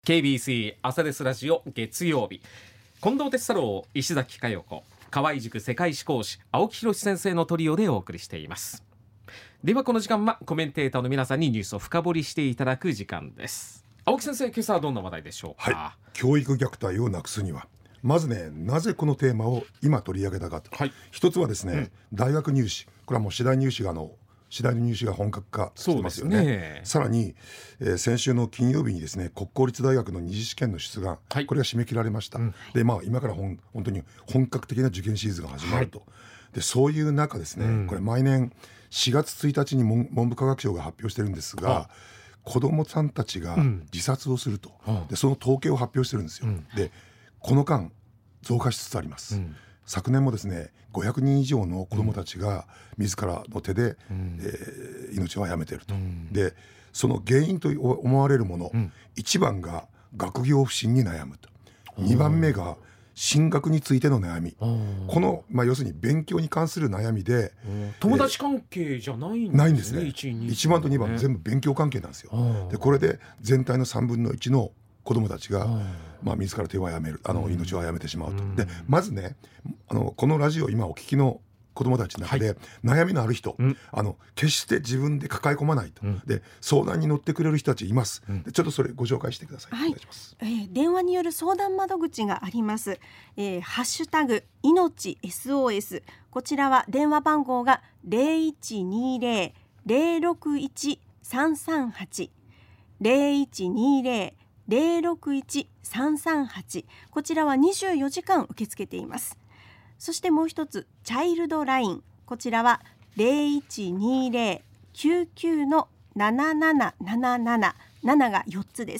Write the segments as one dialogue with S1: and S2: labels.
S1: KBC 朝ですラジオ月曜日、近藤哲太郎、石崎佳代子、河合塾世界史講師青木宏先生のトリオでお送りしています。ではこの時間はコメンテーターの皆さんにニュースを深掘りしていただく時間です。青木先生、今朝はどんな話題でしょうか。
S2: 教育虐待をなくすにはまずね、なぜこのテーマを今取り上げたかと、一つはですね、大学入試、これはもう次第入試が本格化してますよね。さらに、先週の金曜日にですね、国公立大学の二次試験の出願、これが締め切られました。で、今から本当に本格的な受験シーズンが始まると、でそういう中ですね、これ毎年4月1日に文部科学省が発表してるんですが、子どもさんたちが自殺をすると、でその統計を発表してるんですよ。でこの間増加しつつあります。昨年もですね、500人以上の子どもたちが自らの手で、命を殺めていると。でその原因と思われるもの、1番が学業不振に悩むと、2番目が進学についての悩み、この、要するに勉強に関する悩みで、
S1: 友達関係じゃないんですね。
S2: 1番と2番全部勉強関係なんですよ。でこれで全体の3分の1の子どもたちが、自ら手をやめる、命を殺めてしまうと。でまずね、このラジオ今お聞きの子どもたちの中で、悩みのある人、決して自分で抱え込まないと、で相談に乗ってくれる人たちいます。でちょっとそれご紹介してください。お願いします。
S3: 電話による相談窓口があります。ハッシュタグいのち SOS、 こちらは電話番号が 0120-061-338 0120-061-338、こちらは24時間受け付けています。そしてもう一つ、チャイルドライン、こちらは 0120-99-7777、7が4つです。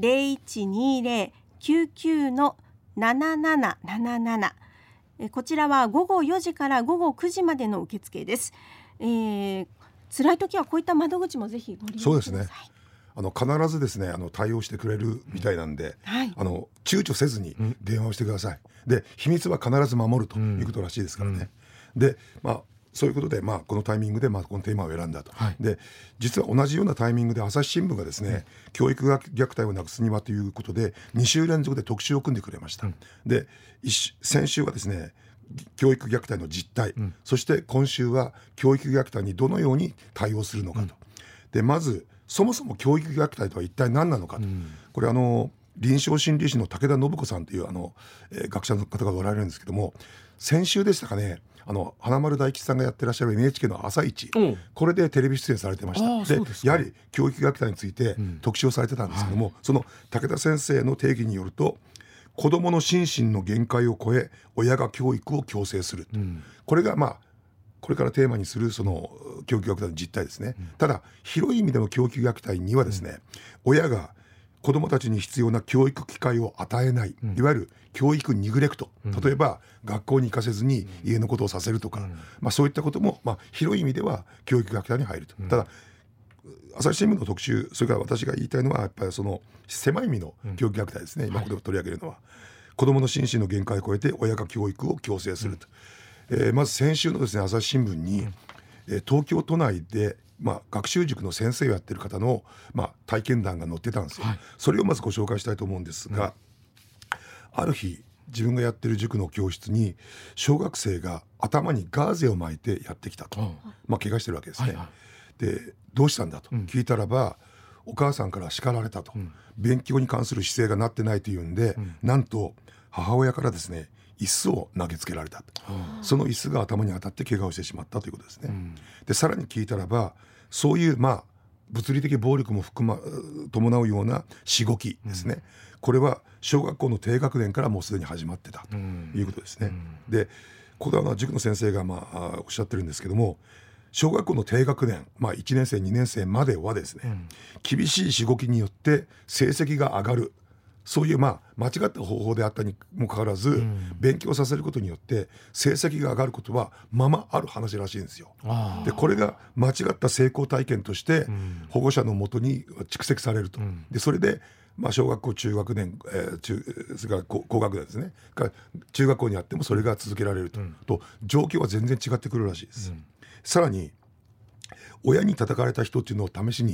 S3: 0120-99-7777、こちらは午後4時から午後9時までの受付です。辛い時はこういった窓口もぜひご利用ください。
S2: そうですね、必ずですね、対応してくれるみたいなんで、躊躇せずに電話をしてください。で秘密は必ず守るということらしいですからね。でそういうことで、このタイミングで、このテーマを選んだと。で実は同じようなタイミングで朝日新聞がですね、教育虐待をなくすにはということで2週連続で特集を組んでくれました。で先週はですね、教育虐待の実態、そして今週は教育虐待にどのように対応するのかと。でまずそもそも教育虐待とは一体何なのかと。これ臨床心理士の武田信子さんという学者の方がおられるんですけども、先週でしたかね、花丸大吉さんがやってらっしゃる NHK の朝一、これでテレビ出演されてました。でやはり教育虐待について特集をされてたんですけども、その武田先生の定義によると、子どもの心身の限界を超え親が教育を強制する、これがこれからテーマにするその教育虐待の実態ですね。ただ広い意味での教育虐待にはですね、親が子どもたちに必要な教育機会を与えない、いわゆる教育ニグレクト、例えば学校に行かせずに家のことをさせるとか、そういったことも、広い意味では教育虐待に入ると。ただ朝日新聞の特集、それから私が言いたいのはやっぱりその狭い意味の教育虐待ですね。今これを取り上げるのは、子どもの心身の限界を超えて親が教育を強制すると。まず先週のですね、朝日新聞に、東京都内で、学習塾の先生をやってる方の、体験談が載ってたんですよ。それをまずご紹介したいと思うんですが、ある日自分がやってる塾の教室に小学生が頭にガーゼを巻いてやってきたと、怪我してるわけですね。でどうしたんだと聞いたらば、お母さんから叱られたと、勉強に関する姿勢がなってないというんで、なんと母親からですね、椅子を投げつけられたと。その椅子が頭に当たって怪我をしてしまったということですね。でさらに聞いたらば、そういう物理的暴力も伴うようなしごきですね、これは小学校の低学年からもうすでに始まってたということですね。でこれは塾の先生がおっしゃってるんですけども、小学校の低学年、1年生2年生まではですね、厳しいしごきによって成績が上がる、そういう間違った方法であったにもかかわらず、勉強させることによって成績が上がることはある話らしいんですよ。でこれが間違った成功体験として保護者のもとに蓄積されると。でそれで小学校中学年、それから高学年ですね、中学校にあってもそれが続けられると、状況は全然違ってくるらしいです。さらに親に叩かれた人っていうのを試しに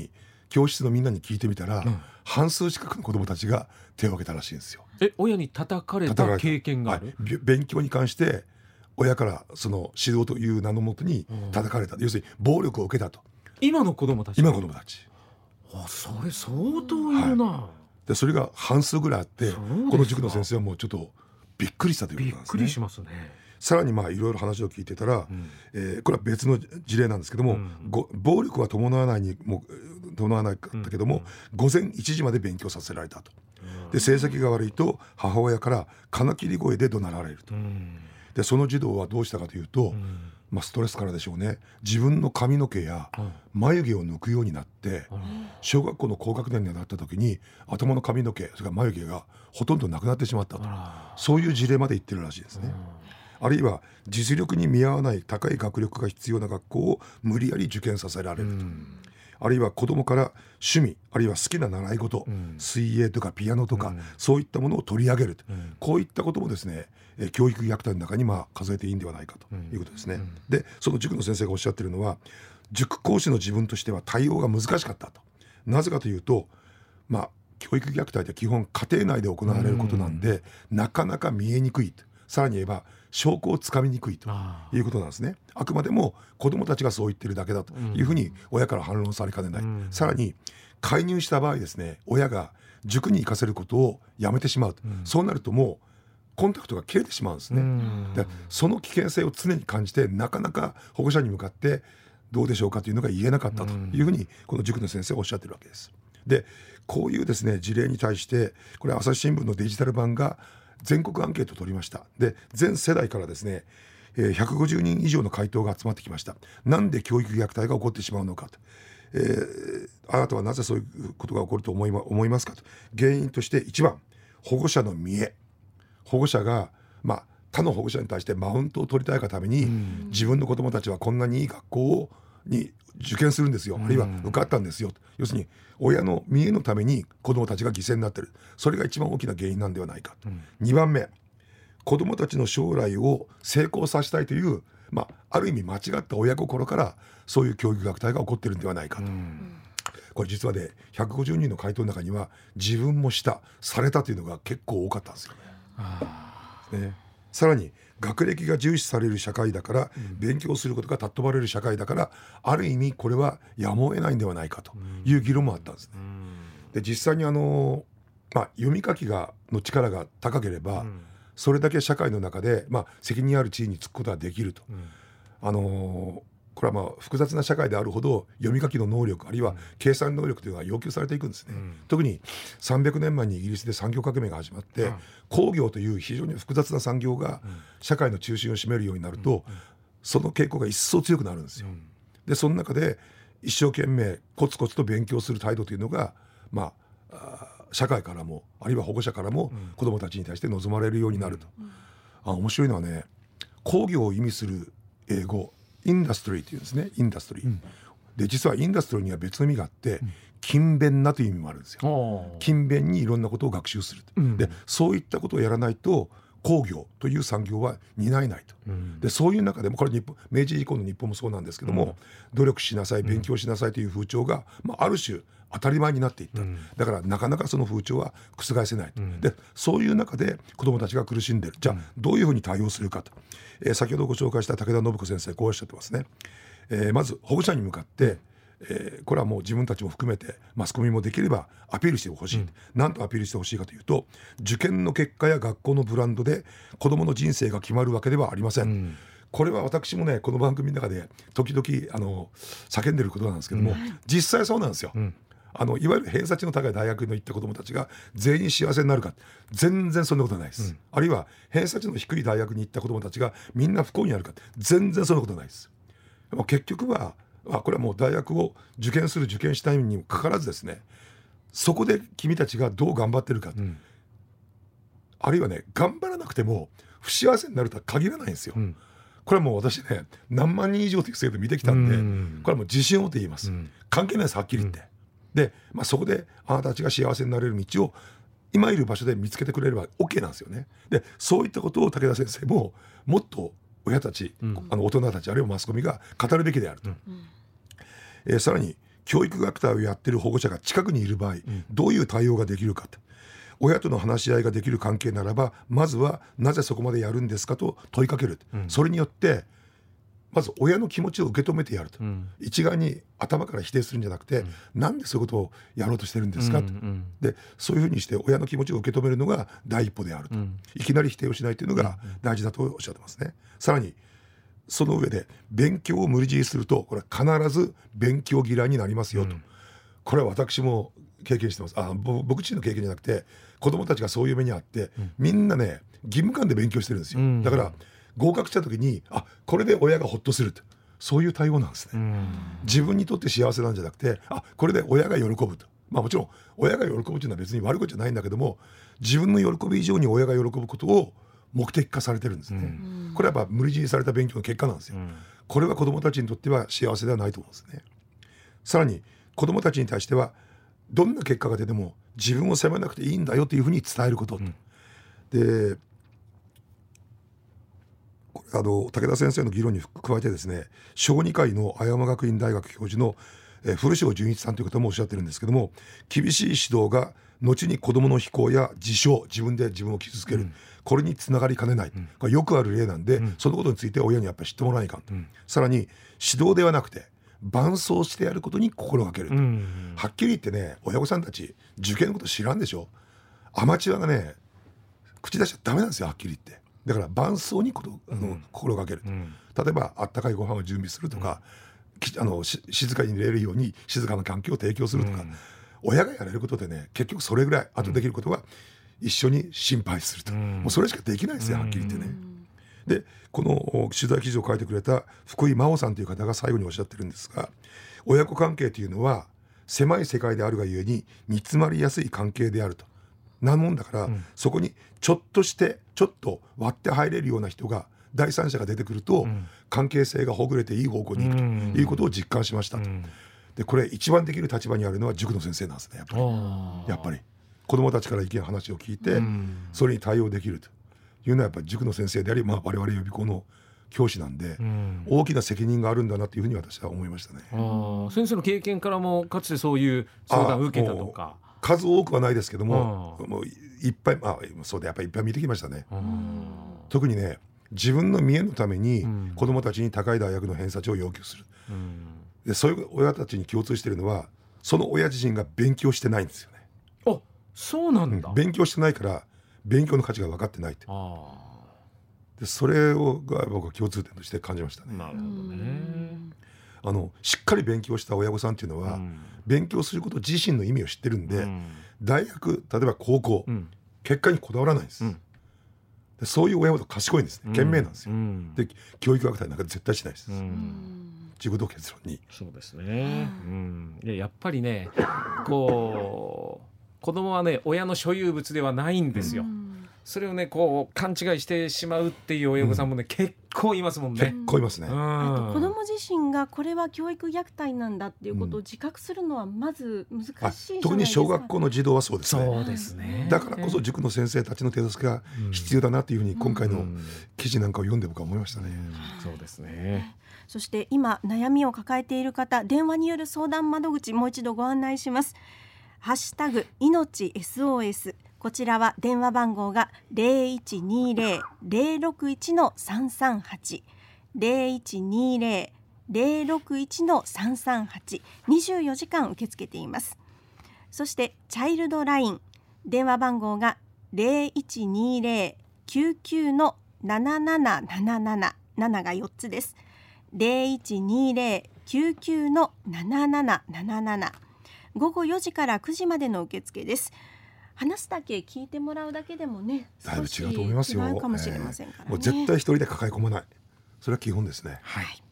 S2: 教室のみんなに聞いてみたら、半数近くの子どもたちが手を挙げたらしいんですよ。
S1: 親に叩かれた経験がある、
S2: 勉強に関して親からその指導という名のもとに叩かれた、要するに暴力を受けたと。
S1: 今の子どもたち。
S2: 今の子どもたち、
S1: それ相当いるな、
S2: でそれが半数ぐらいあって、この塾の先生はもうちょっとびっくりしたということなんですね。
S1: びっくりしますね。
S2: さらにいろいろ話を聞いてたら、これは別の事例なんですけども、暴力は伴わないかったけども、午前1時まで勉強させられたと。で成績が悪いと母親から金切り声で怒鳴られると。でその児童はどうしたかというと、ストレスからでしょうね、自分の髪の毛や眉毛を抜くようになって、小学校の高学年になった時に頭の髪の毛それから眉毛がほとんどなくなってしまったと、そういう事例まで言ってるらしいですね。あるいは実力に見合わない高い学力が必要な学校を無理やり受験させられると、あるいは子どもから趣味あるいは好きな習い事、水泳とかピアノとか、そういったものを取り上げると、こういったこともですね、教育虐待の中に数えていいんではないかということですね。でその塾の先生がおっしゃっているのは、塾講師の自分としては対応が難しかったと。なぜかというと、教育虐待って基本家庭内で行われることなんで、なかなか見えにくいと、さらに言えば証拠をつかみにくいということなんですね。あくまでも子どもたちがそう言ってるだけだというふうに親から反論されかねない。さらに介入した場合ですね、親が塾に行かせることをやめてしまうと、そうなるともうコンタクトが切れてしまうんですね。でその危険性を常に感じて、なかなか保護者に向かってどうでしょうかというのが言えなかったというふうにこの塾の先生はおっしゃってるわけです。でこういうですね事例に対して、これ朝日新聞のデジタル版が全国アンケートを取りました。で全世代からですね150人以上の回答が集まってきました。なんで教育虐待が起こってしまうのかと、あなたはなぜそういうことが起こると思いますかと。原因として1番、保護者の見栄。保護者が他の保護者に対してマウントを取りたいがために、自分の子どもたちはこんなにいい学校に受験するんですよ、あるいは受かったんですよと。要するに親の見栄のために子どもたちが犠牲になっている、それが一番大きな原因なんではないかと。2番目、子どもたちの将来を成功させたいという、ある意味間違った親心からそういう教育虐待が起こっているんではないかと。これ実はね、150人の回答の中には自分もされたというのが結構多かったんですよね。さらに学歴が重視される社会だから、勉強することが尊ばれる社会だから、ある意味これはやむを得ないんではないかという議論もあったんですね。で実際に読み書きの力が高ければ、それだけ社会の中で、責任ある地位につくことができると。これは複雑な社会であるほど読み書きの能力あるいは計算能力というのは要求されていくんですね。特に300年前にイギリスで産業革命が始まって、工業という非常に複雑な産業が社会の中心を占めるようになると、その傾向が一層強くなるんですよ。でその中で一生懸命コツコツと勉強する態度というのが、社会からもあるいは保護者からも子どもたちに対して望まれるようになると。面白いのはね、工業を意味する英語インダストリーというんですね。インダストリー、で実はインダストリーには別の意味があって、勤勉なという意味もあるんですよ。勤勉にいろんなことを学習する、でそういったことをやらないと工業という産業は担えないと。でそういう中でもこれ明治以降の日本もそうなんですけども、努力しなさい勉強しなさいという風潮が、ある種当たり前になっていった。だからなかなかその風潮は覆せないと。でそういう中で子どもたちが苦しんでいる。じゃあどういうふうに対応するかと。先ほどご紹介した武田信子先生こうおっしゃってますね。まず保護者に向かって、これはもう自分たちも含めてマスコミもできればアピールしてほしい。何とアピールしてほしいかというと、受験の結果や学校のブランドで子どもの人生が決まるわけではありません。これは私もねこの番組の中で時々叫んでることなんですけども、実際そうなんですよ。いわゆる偏差値の高い大学に行った子どもたちが全員幸せになるか、全然そんなことはないです。あるいは偏差値の低い大学に行った子どもたちがみんな不幸になるか、全然そんなことはないです。結局はこれはもう大学を受験したいにもかかわらずですね、そこで君たちがどう頑張ってるか、あるいはね頑張らなくても不幸せになるとは限らないんですよ。これはもう私ね何万人以上という制度見てきたんで、これはもう自信を持って言います。関係ないです、はっきり言って。で、そこであなたたちが幸せになれる道を今いる場所で見つけてくれれば OK なんですよね。でそういったことを武田先生ももっと親たち、大人たちあるいはマスコミが語るべきであると。さらに教育学隊をやってる保護者が近くにいる場合、どういう対応ができるかと、親との話し合いができる関係ならば、まずはなぜそこまでやるんですかと問いかける、それによってまず親の気持ちを受け止めてやると、一概に頭から否定するんじゃなくて、なんでそういうことをやろうとしてるんですかと、でそういうふうにして親の気持ちを受け止めるのが第一歩であると、いきなり否定をしないというのが大事だとおっしゃってますね。さらにその上で、勉強を無理強いするとこれは必ず勉強嫌いになりますよと、これは私も経験してます。僕自身の経験じゃなくて、子どもたちがそういう目にあって、みんなね義務感で勉強してるんですよ。だから合格した時にこれで親がほっとすると、そういう対応なんですね。自分にとって幸せなんじゃなくて、これで親が喜ぶと、もちろん親が喜ぶというのは別に悪いことじゃないんだけども、自分の喜び以上に親が喜ぶことを目的化されてるんですね。これはやっぱ無理強いされた勉強の結果なんですよ。これは子どもたちにとっては幸せではないと思うんですね。さらに子どもたちに対しては、どんな結果が出ても自分を責めなくていいんだよというふうに伝えること、でこれ武田先生の議論に加えてですね、小児科医の青山学院大学教授の古城純一さんという方もおっしゃってるんですけども、厳しい指導が後に子どもの非行や自傷、自分で自分を傷つける、これにつながりかねない、これよくある例なんで、そのことについて親にやっぱり知ってもらわないかんと、さらに指導ではなくて伴走してやることに心がけると、はっきり言ってね、親御さんたち受験のこと知らんでしょ。アマチュアがね口出しちゃダメなんですよ、はっきり言って。だから伴走に心がけると、例えばあったかいご飯を準備するとか、静かに寝れるように静かな環境を提供するとか、親がやれることでね、結局それぐらい。あとできることは一緒に心配すると、もうそれしかできないですよ、はっきり言ってね。でこの取材記事を書いてくれた福井真央さんという方が最後におっしゃってるんですが、親子関係というのは狭い世界であるがゆえに煮詰まりやすい関係であると。なもんだから、そこにちょっと割って入れるような人が、第三者が出てくると、関係性がほぐれていい方向に行くということを実感しましたと。でこれ一番できる立場にあるのは塾の先生なんですね。やっぱり子どもたちから意見話を聞いて、それに対応できるというのはやっぱり塾の先生であり、我々予備校の教師なんで、大きな責任があるんだなというふうに私は思いましたね。
S1: 先生の経験からもかつてそういう相談を受けたとか。
S2: 数多くはないですけども、もういっぱい、そうでやっぱりいっぱい見てきましたね。特にね、自分の見栄のために子どもたちに高い大学の偏差値を要求する、でそういう親たちに共通しているのは、その親自身が勉強してないんですよね。
S1: そうなんだ。
S2: 勉強してないから勉強の価値が分かってないって。でそれが僕は共通点として感じましたね。
S1: なるほどね。
S2: しっかり勉強した親御さんっていうのは、勉強すること自身の意味を知ってるんで、大学、例えば高校、結果にこだわらないんです。でそういう親ほど賢いんですね。賢明なんですよ。で教育学隊なんか絶対しないです。自分の結論に。
S1: そうですね。やっぱりね、子供はね、親の所有物ではないんですよ。それをね勘違いしてしまうっていう親御さんもね、結構いますもんね。
S2: 結構いますね。
S3: あと子ども自身がこれは教育虐待なんだっていうことを自覚するのはまず難しいじゃないですか。
S2: 特に小学校の児童はそうですね。
S1: そうですね。
S2: だからこそ塾の先生たちの手助けが必要だなというふうに今回の記事なんかを読んで僕は思いましたね。
S1: そうですね。
S3: そして今悩みを抱えている方、電話による相談窓口もう一度ご案内します。ハッシュタグいのち SOS、こちらは電話番号が 0120-061-338 0120-061-338、 24時間受け付けています。そしてチャイルドライン、電話番号が 0120-99-7777、 7が4つです。 0120-99-7777、午後4時から9時までの受付です。話すだけ聞いてもらうだけでもね、
S2: だいぶ違うと思いますよ。
S3: 違うかもしれませんからね。
S2: もう絶対一人で抱え込まない、それは基本ですね。
S3: はい。